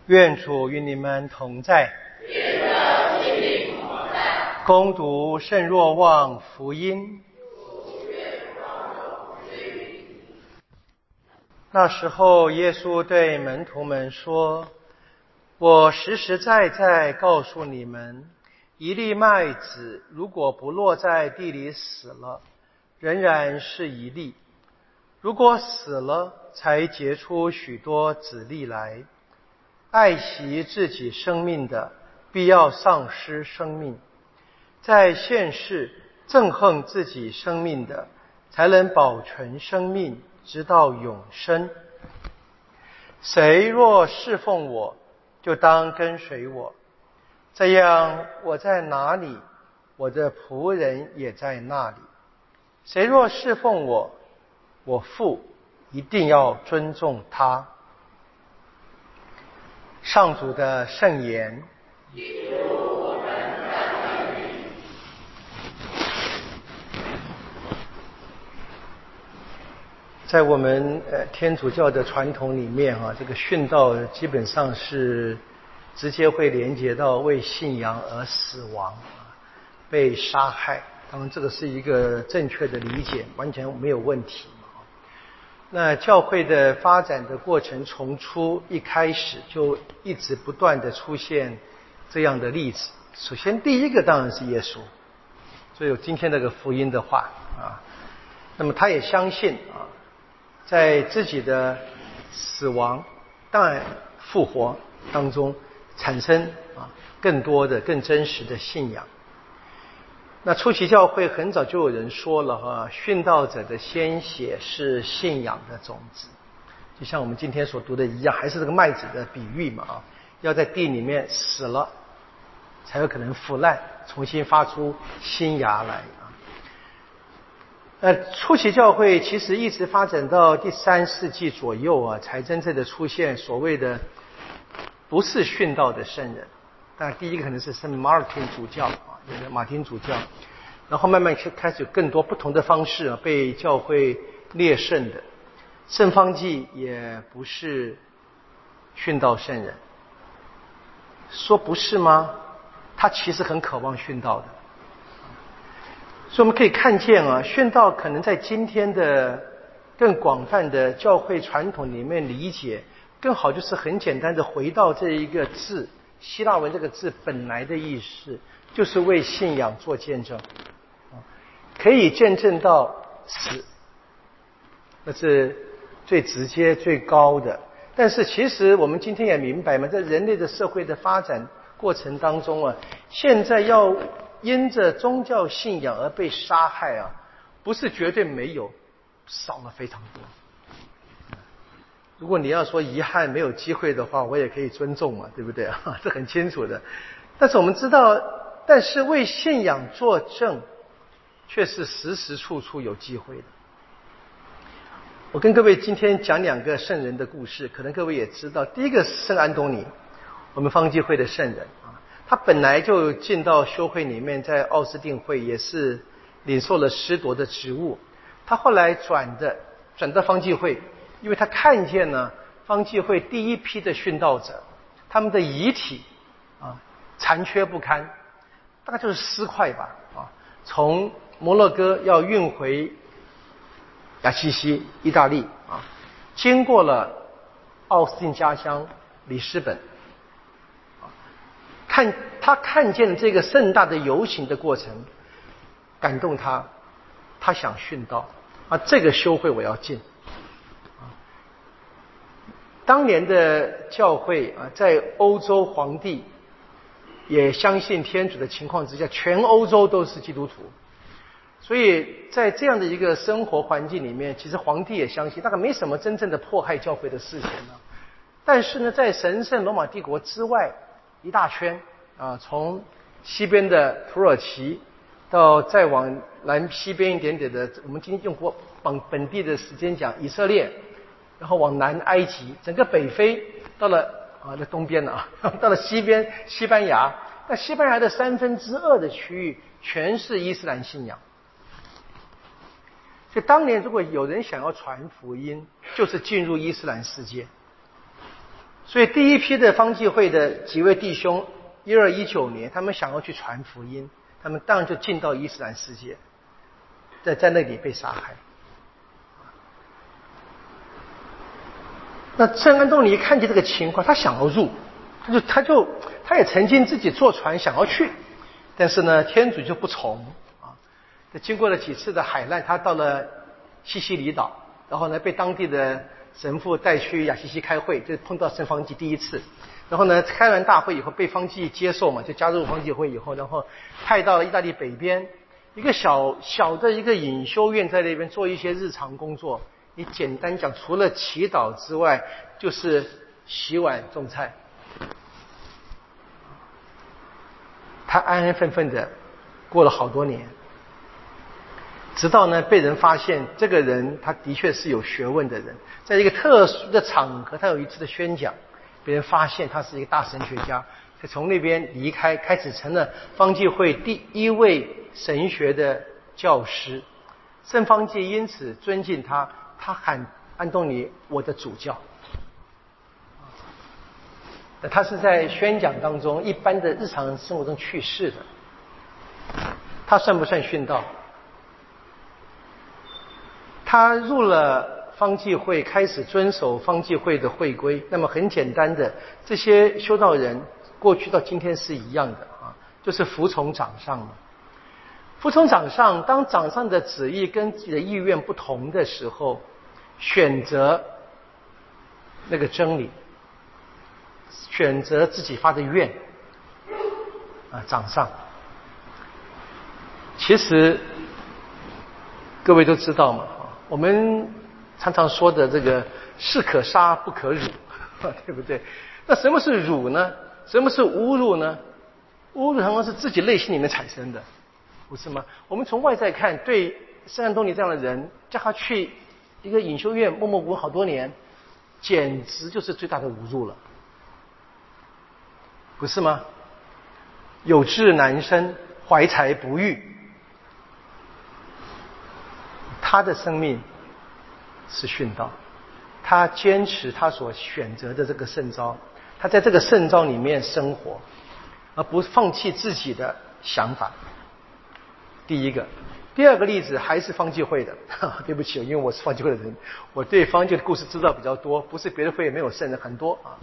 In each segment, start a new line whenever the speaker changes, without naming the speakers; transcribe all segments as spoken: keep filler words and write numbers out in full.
愿主与你们同在。
愿的心灵同在。
恭读圣若望福音。那时候，耶稣对门徒们说：“我实实在在告诉你们，一粒麦子如果不落在地里死了，仍然是一粒；如果死了，才结出许多子粒来。爱惜自己生命的，必要丧失生命；在现世憎恨自己生命的，才能保存生命，直到永生。谁若侍奉我，就当跟随我。这样，我在哪里，我的仆人也在那里。谁若侍奉我，我父一定要尊重他。”上主的圣言。在我们呃天主教的传统里面啊，这个殉道基本上是直接会连接到为信仰而死亡、被杀害。当然，这个是一个正确的理解，完全没有问题。那教会的发展的过程，从初一开始就一直不断的出现这样的例子。首先，第一个当然是耶稣，所以有今天这个福音的话啊。那么他也相信啊，在自己的死亡、当然复活当中，产生啊更多的、更真实的信仰。那初期教会很早就有人说了哈，殉道者的鲜血是信仰的种子，就像我们今天所读的一样，还是这个麦子的比喻嘛啊，要在地里面死了，才有可能腐烂，重新发出新芽来啊。呃，初期教会其实一直发展到第三世纪左右啊，才真正的出现所谓的不是殉道的圣人。但第一个可能是圣马尔汀主教啊，那个马丁主教，然后慢慢开始有更多不同的方式啊被教会列圣的。圣方济也不是殉道圣人，说不是吗？他其实很渴望殉道的。所以我们可以看见啊，殉道可能在今天的更广泛的教会传统里面理解，更好就是很简单的回到这一个字。希腊文这个字本来的意思就是为信仰做见证，可以见证到死，那是最直接最高的。但是其实我们今天也明白嘛，在人类的社会的发展过程当中啊，现在要因着宗教信仰而被杀害啊，不是绝对没有，少了非常多。如果你要说遗憾没有机会的话，我也可以尊重嘛，对不对啊？这很清楚的。但是我们知道，但是为信仰作证，却是时时处处有机会的。我跟各位今天讲两个圣人的故事，可能各位也知道。第一个是圣安东尼，我们方济会的圣人啊，他本来就进到修会里面，在奥斯定会也是领受了师铎的职务。他后来转的转到方济会。因为他看见呢，方济会第一批的殉道者，他们的遗体啊残缺不堪，大概就是尸块吧啊，从摩洛哥要运回亚西西意大利啊，经过了奥斯汀家乡里斯本，啊，看他看见这个盛大的游行的过程，感动他，他想殉道啊，这个修会我要进。当年的教会啊，在欧洲皇帝也相信天主的情况之下，全欧洲都是基督徒，所以在这样的一个生活环境里面，其实皇帝也相信，大概没什么真正的迫害教会的事情呢。但是呢，在神圣罗马帝国之外一大圈啊，从西边的土耳其到再往南西边一点点的，我们今天用过本本地的时间讲以色列。然后往南埃及，整个北非到了啊，那东边了啊，到了西边西班牙，那西班牙的三分之二的区域全是伊斯兰信仰。所以当年如果有人想要传福音，就是进入伊斯兰世界。 所以第一批的方济会的几位弟兄，一二一九年，他们想要去传福音，他们当然就进到伊斯兰世界，在在那里被杀害。那圣安东尼看见这个情况，他想要入，他就他就他也曾经自己坐船想要去，但是呢，天主就不从啊。经过了几次的海难，他到了西西里岛，然后呢，被当地的神父带去亚西西开会，就碰到圣方济第一次。然后呢，开完大会以后被方济接受嘛，就加入方济会以后，然后派到了意大利北边一个小小的一个隐修院，在那边做一些日常工作。你简单讲，除了祈祷之外，就是洗碗种菜。他安安分分的过了好多年，直到呢被人发现，这个人他的确是有学问的人，在一个特殊的场合，他有一次的宣讲，被人发现他是一个大神学家，他从那边离开，开始成了方济会第一位神学的教师。圣方济因此尊敬他，他喊安东尼我的主教。他是在宣讲当中一般的日常生活中去世的。他算不算殉道？他入了方济会，开始遵守方济会的会规。那么很简单的，这些修道人过去到今天是一样的啊，就是服从长上嘛。服从长上，当长上的旨意跟自己的意愿不同的时候，选择那个真理，选择自己发的愿啊，长上。其实各位都知道嘛，我们常常说的这个士可杀不可辱，对不对？那什么是辱呢？什么是侮辱呢？侮辱常常是自己内心里面产生的，不是吗？我们从外在看，对圣安东尼这样的人，叫他去一个隐修院默默无闻好多年，简直就是最大的侮辱了，不是吗？有志难伸，怀才不遇。他的生命是殉道，他坚持他所选择的这个圣召，他在这个圣召里面生活，而不放弃自己的想法。第一个。第二个例子还是方济会的，对不起，因为我是方济会的人，我对方济的故事知道比较多，不是别的会也没有圣人很多啊。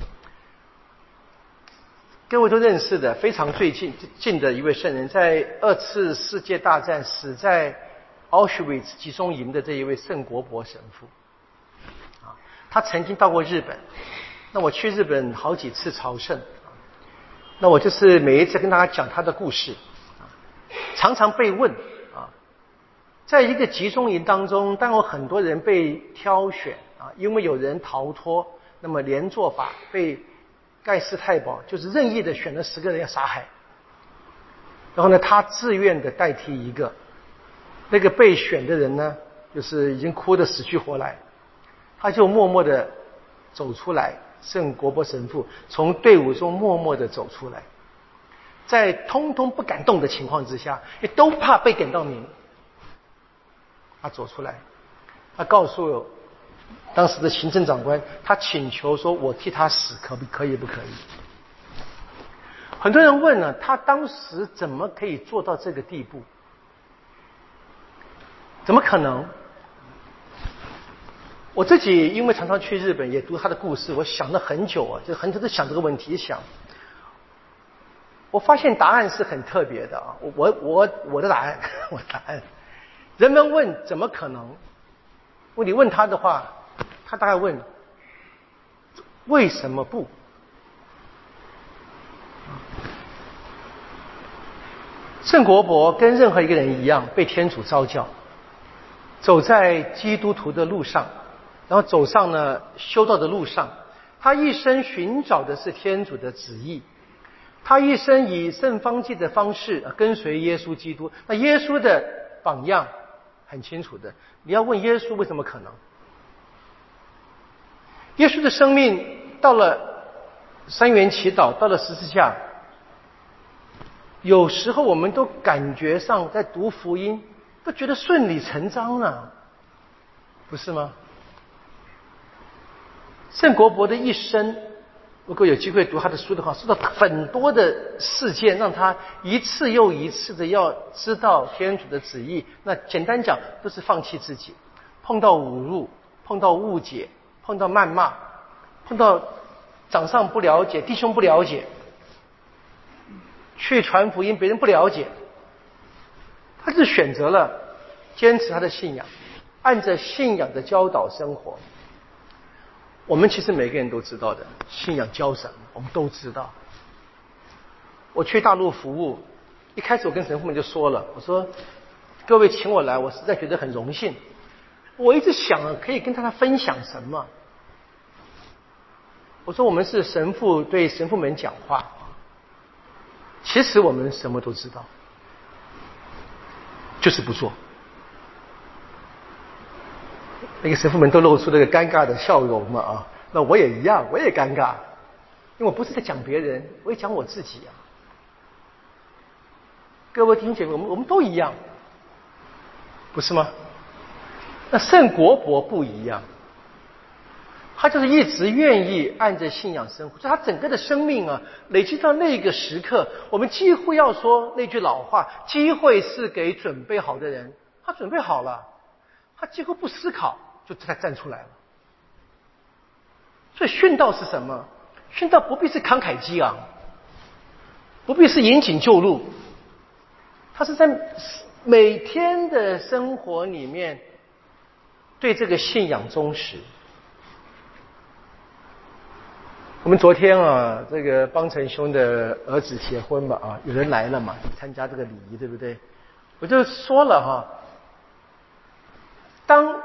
各位都认识的非常最近近的一位圣人，在二次世界大战死在Auschwitz 集中营的这一位圣国伯神父啊，他曾经到过日本，那我去日本好几次朝圣，那我就是每一次跟大家讲他的故事，常常被问啊，在一个集中营当中，当有很多人被挑选啊，因为有人逃脱，那么连坐法被盖世太保就是任意的选了十个人要杀害，然后呢，他自愿的代替一个。那个被选的人呢，就是已经哭得死去活来，他就默默地走出来，圣国伯神父从队伍中默默地走出来，在通通不敢动的情况之下，也都怕被点到名，他走出来，他告诉当时的行政长官，他请求说我替他死可不可以不可以？很多人问呢，他当时怎么可以做到这个地步？怎么可能？我自己因为常常去日本，也读他的故事，我想了很久啊，就很久在想这个问题，想，我发现答案是很特别的啊。我我我的答案，我的答案，人们问怎么可能？问你问他的话，他大概问为什么不？圣国伯跟任何一个人一样，被天主召教。走在基督徒的路上，然后走上了修道的路上，他一生寻找的是天主的旨意，他一生以圣方济的方式跟随耶稣基督。那耶稣的榜样很清楚的，你要问耶稣为什么可能？耶稣的生命到了三元祈祷，到了十字架，有时候我们都感觉上在读福音都觉得顺理成章了，不是吗？圣国伯的一生如果有机会读他的书的话，受到很多的事件，让他一次又一次的要知道天主的旨意。那简单讲，都是放弃自己。碰到侮辱，碰到误解，碰到谩骂，碰到长上不了解，弟兄不了解，去传福音，别人不了解，他是选择了坚持他的信仰，按着信仰的教导生活。我们其实每个人都知道的，信仰教什么，我们都知道。我去大陆服务，一开始我跟神父们就说了，我说各位请我来，我实在觉得很荣幸。我一直想可以跟大家分享什么。我说我们是神父对神父们讲话，其实我们什么都知道，就是不做。那个神父们都露出那个尴尬的笑容嘛啊，那我也一样，我也尴尬，因为我不是在讲别人，我也讲我自己啊。各位弟兄姐妹，我们我们都一样，不是吗？那圣国伯不一样，他就是一直愿意按着信仰生活，就他整个的生命啊，累积到那个时刻，我们几乎要说那句老话：机会是给准备好的人。他准备好了，他几乎不思考就他站出来了。所以殉道是什么？殉道不必是慷慨激昂，不必是引颈就戮，他是在每天的生活里面对这个信仰忠实。我们昨天啊，这个邦成兄的儿子结婚嘛啊，有人来了嘛，参加这个礼仪，对不对？我就说了哈，当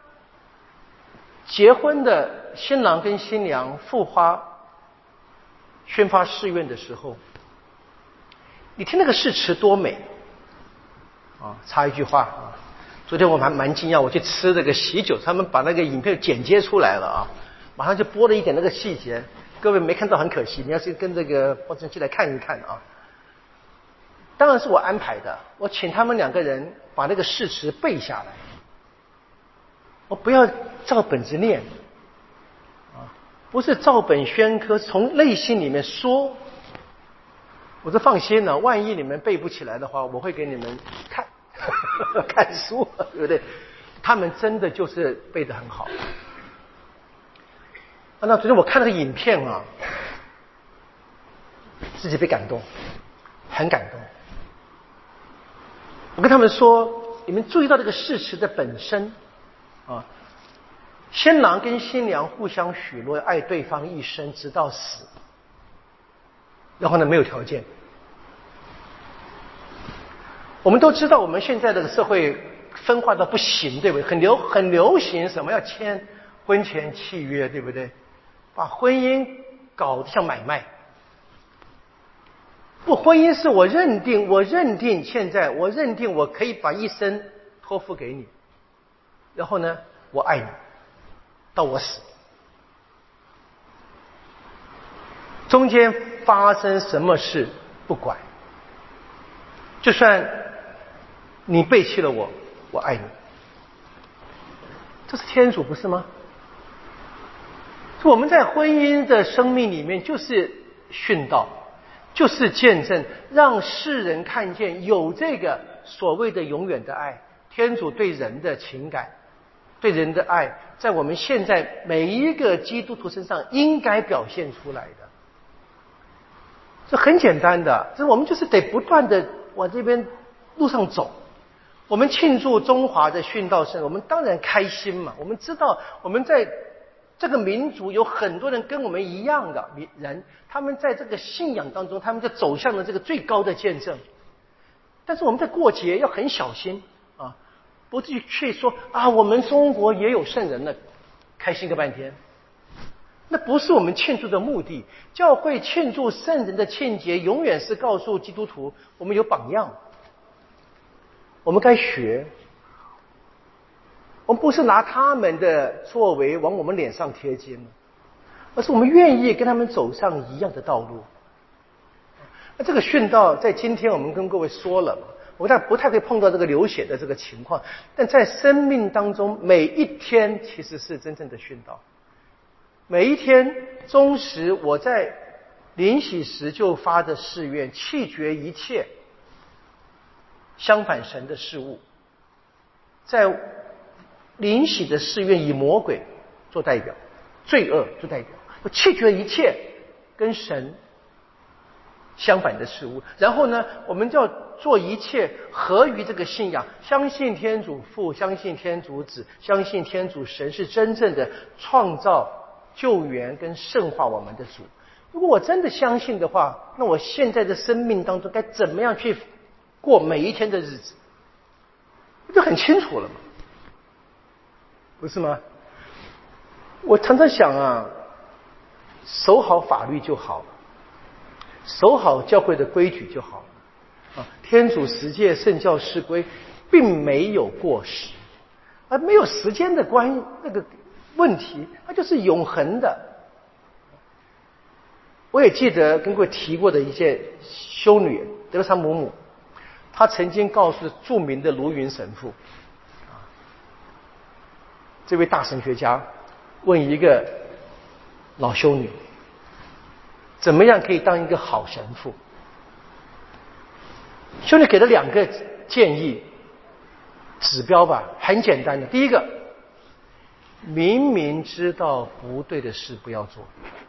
结婚的新郎跟新娘复花宣发誓愿的时候，你听那个誓词多美啊！插一句话啊，昨天我还蛮惊讶，我去吃这个喜酒，他们把那个影片剪接出来了啊，马上就播了一点那个细节，各位没看到很可惜，你要是跟这个包成去来看一看啊。当然是我安排的，我请他们两个人把那个誓词背下来，我不要照本子念啊，不是照本宣科，从内心里面说。我说放心了，万一你们背不起来的话，我会给你们看看书，对不对？他们真的就是背得很好。啊，那昨天我看那个影片啊，自己被感动，很感动。我跟他们说，你们注意到这个誓词的本身啊，新郎跟新娘互相许诺爱对方一生，直到死。然后呢，没有条件。我们都知道，我们现在这个社会分化到不行，对不对？很流很流行什么要签婚前契约，对不对？把婚姻搞得像买卖。不，婚姻是我认定，我认定现在我认定我可以把一生托付给你，然后呢，我爱你到我死。中间发生什么事不管，就算你背弃了我，我爱你。这是天主不是吗？我们在婚姻的生命里面就是殉道，就是见证，让世人看见有这个所谓的永远的爱，天主对人的情感，对人的爱，在我们现在每一个基督徒身上应该表现出来的。这很简单的，这我们就是得不断的往这边路上走。我们庆祝中华的殉道圣，我们当然开心嘛。我们知道我们在这个民族有很多人跟我们一样的人，他们在这个信仰当中，他们在走向了这个最高的见证。但是我们在过节要很小心啊，不至于去说啊，我们中国也有圣人了，开心个半天。那不是我们庆祝的目的。教会庆祝圣人的庆节，永远是告诉基督徒，我们有榜样，我们该学。我们不是拿他们的作为往我们脸上贴金，而是我们愿意跟他们走上一样的道路。那这个殉道在今天我们跟各位说了，我但不太会碰到这个流血的这个情况，但在生命当中每一天其实是真正的殉道。 每一天中时，我在临洗时就发的誓愿，弃绝一切相反神的事物。在临洗的誓愿以魔鬼做代表，罪恶做代表，我弃绝一切跟神相反的事物。然后呢，我们就要做一切合于这个信仰，相信天主父，相信天主子，相信天主神是真正的创造、救援跟圣化我们的主。如果我真的相信的话，那我现在的生命当中该怎么样去过每一天的日子，就很清楚了嘛，不是吗？我常常想啊，守好法律就好了，守好教会的规矩就好了啊。天主十诫圣教释规并没有过时，而没有时间的关那个问题，它就是永恒的。我也记得跟各位提过的一件修女德莎姆姆，她曾经告诉著名的卢云神父，这位大神学家问一个老修女，怎么样可以当一个好神父？修女给了两个建议指标吧，很简单的。第一个，明明知道不对的事不要做。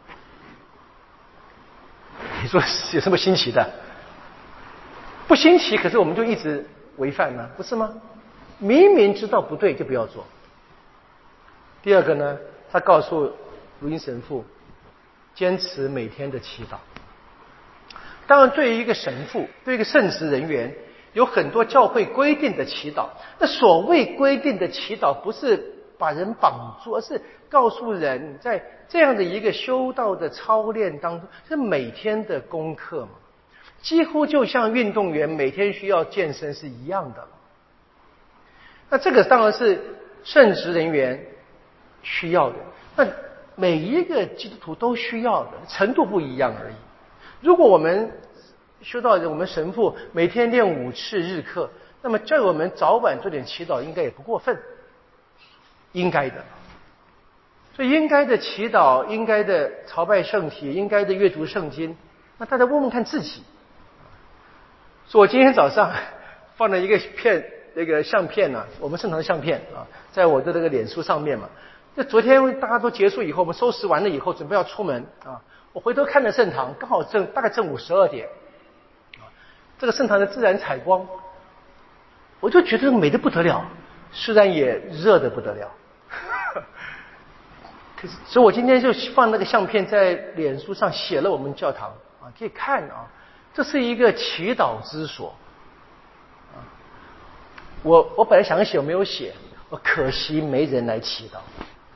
你说有什么新奇的？不新奇，可是我们就一直违反呢，不是吗？明明知道不对就不要做。第二个呢，他告诉卢因神父，坚持每天的祈祷。当然，对于一个神父，对于一个圣职人员，有很多教会规定的祈祷。那所谓规定的祈祷，不是把人绑住，而是告诉人，在这样的一个修道的操练当中，是每天的功课嘛，几乎就像运动员每天需要健身是一样的。那这个当然是圣职人员需要的，那每一个基督徒都需要的，程度不一样而已。如果我们修道人，我们神父每天练五次日课，那么叫我们早晚做点祈祷，应该也不过分，应该的。所以应该的祈祷，应该的朝拜圣体，应该的阅读圣经，那大家问问看自己。所以我今天早上放了一个片，那个相片啊，我们圣堂的相片啊，在我的这个脸书上面嘛。这昨天大家都结束以后，我们收拾完了以后，准备要出门啊。我回头看了圣堂，刚好正大概正午十二点，这个圣堂的自然采光，我就觉得美得不得了，虽然也热得不得了。可是，所以我今天就放那个相片在脸书上写了我们教堂啊，可以看啊，这是一个祈祷之所啊。我我本来想写，我没有写，我可惜没人来祈祷。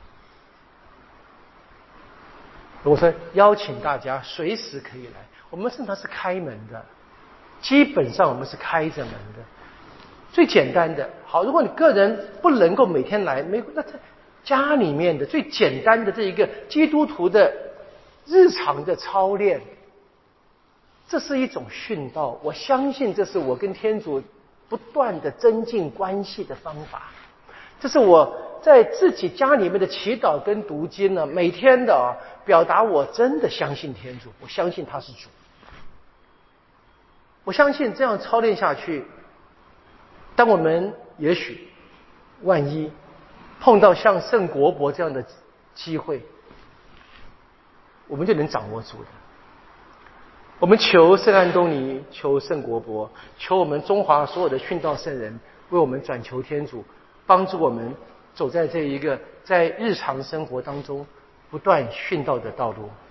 我说邀请大家随时可以来，我们圣堂是开门的，基本上我们是开着门的。最简单的，好，如果你个人不能够每天来，没那在家里面的最简单的这一个基督徒的日常的操练，这是一种殉道。我相信这是我跟天主不断的增进关系的方法。这是我在自己家里面的祈祷跟读经呢，每天的啊，表达我真的相信天主，我相信他是主。我相信这样操练下去，当我们也许万一碰到像圣国伯这样的机会，我们就能掌握住的。我们求圣安东尼，求圣国伯，求我们中华所有的殉道圣人为我们转求天主，帮助我们走在这一个在日常生活当中不断殉道的道路。